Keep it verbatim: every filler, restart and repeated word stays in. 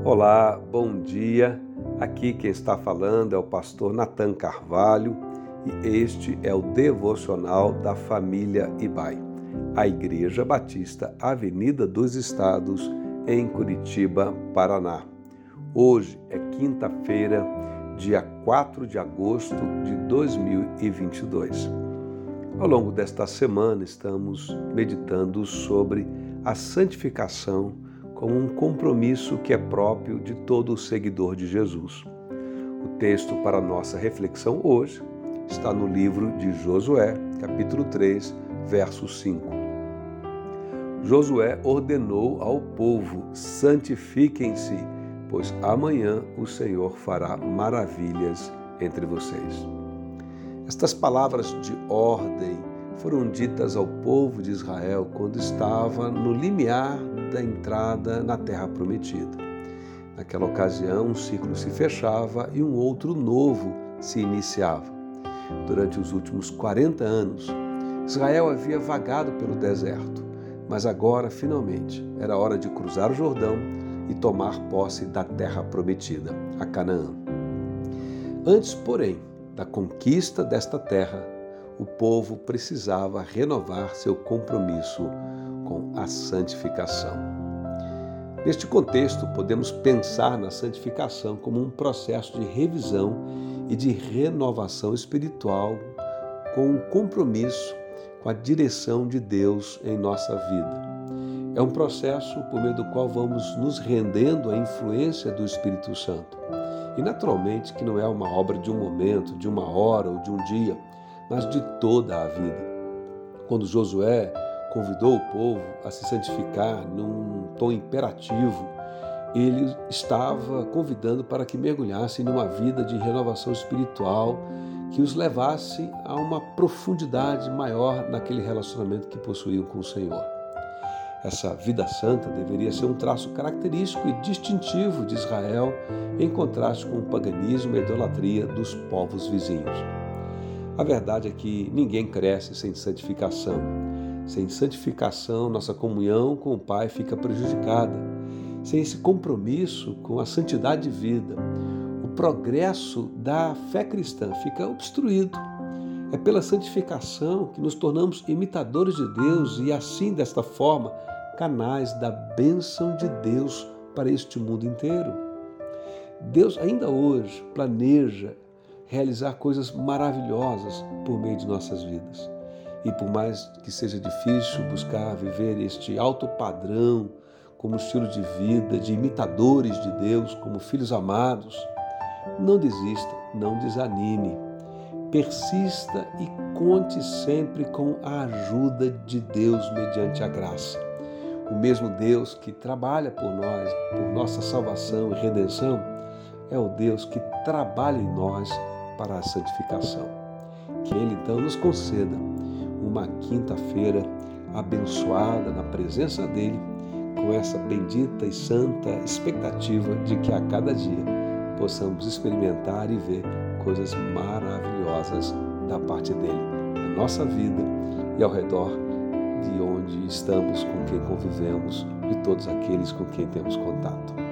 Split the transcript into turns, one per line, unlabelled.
Olá, bom dia. Aqui quem está falando é o pastor Natan Carvalho e este é o devocional da família Ibai, a Igreja Batista Avenida dos Estados, em Curitiba, Paraná. Hoje é quinta-feira, dia quatro de agosto de dois mil e vinte e dois. Ao longo desta semana estamos meditando sobre a santificação como um compromisso que é próprio de todo seguidor de Jesus. O texto para nossa reflexão hoje está no livro de Josué, capítulo três, verso cinco. Josué ordenou ao povo: santifiquem-se, pois amanhã o Senhor fará maravilhas entre vocês. Estas palavras de ordem foram ditas ao povo de Israel quando estava no limiar da entrada na Terra Prometida. Naquela ocasião, um ciclo se fechava e um outro novo se iniciava. Durante os últimos quarenta anos, Israel havia vagado pelo deserto, mas agora, finalmente, era hora de cruzar o Jordão e tomar posse da Terra Prometida, a Canaã. Antes, porém, da conquista desta terra, o povo precisava renovar seu compromisso com a santificação. Neste contexto, podemos pensar na santificação como um processo de revisão e de renovação espiritual com um compromisso com a direção de Deus em nossa vida. É um processo por meio do qual vamos nos rendendo à influência do Espírito Santo. E naturalmente que não é uma obra de um momento, de uma hora ou de um dia, mas de toda a vida. Quando Josué convidou o povo a se santificar num tom imperativo, ele estava convidando para que mergulhassem numa vida de renovação espiritual que os levasse a uma profundidade maior naquele relacionamento que possuíam com o Senhor. Essa vida santa deveria ser um traço característico e distintivo de Israel, em contraste com o paganismo e a idolatria dos povos vizinhos. A verdade é que ninguém cresce sem santificação. Sem santificação, nossa comunhão com o Pai fica prejudicada. Sem esse compromisso com a santidade de vida, o progresso da fé cristã fica obstruído. É pela santificação que nos tornamos imitadores de Deus e assim, desta forma, canais da bênção de Deus para este mundo inteiro. Deus ainda hoje planeja realizar coisas maravilhosas por meio de nossas vidas. E por mais que seja difícil buscar viver este alto padrão como estilo de vida, de imitadores de Deus, como filhos amados, não desista, não desanime. Persista e conte sempre com a ajuda de Deus mediante a graça. O mesmo Deus que trabalha por nós, por nossa salvação e redenção, é o Deus que trabalha em nós para a santificação. Que Ele então nos conceda uma quinta-feira abençoada na presença dEle, com essa bendita e santa expectativa de que a cada dia possamos experimentar e ver coisas maravilhosas da parte dEle, na nossa vida e ao redor de onde estamos, com quem convivemos, de todos aqueles com quem temos contato.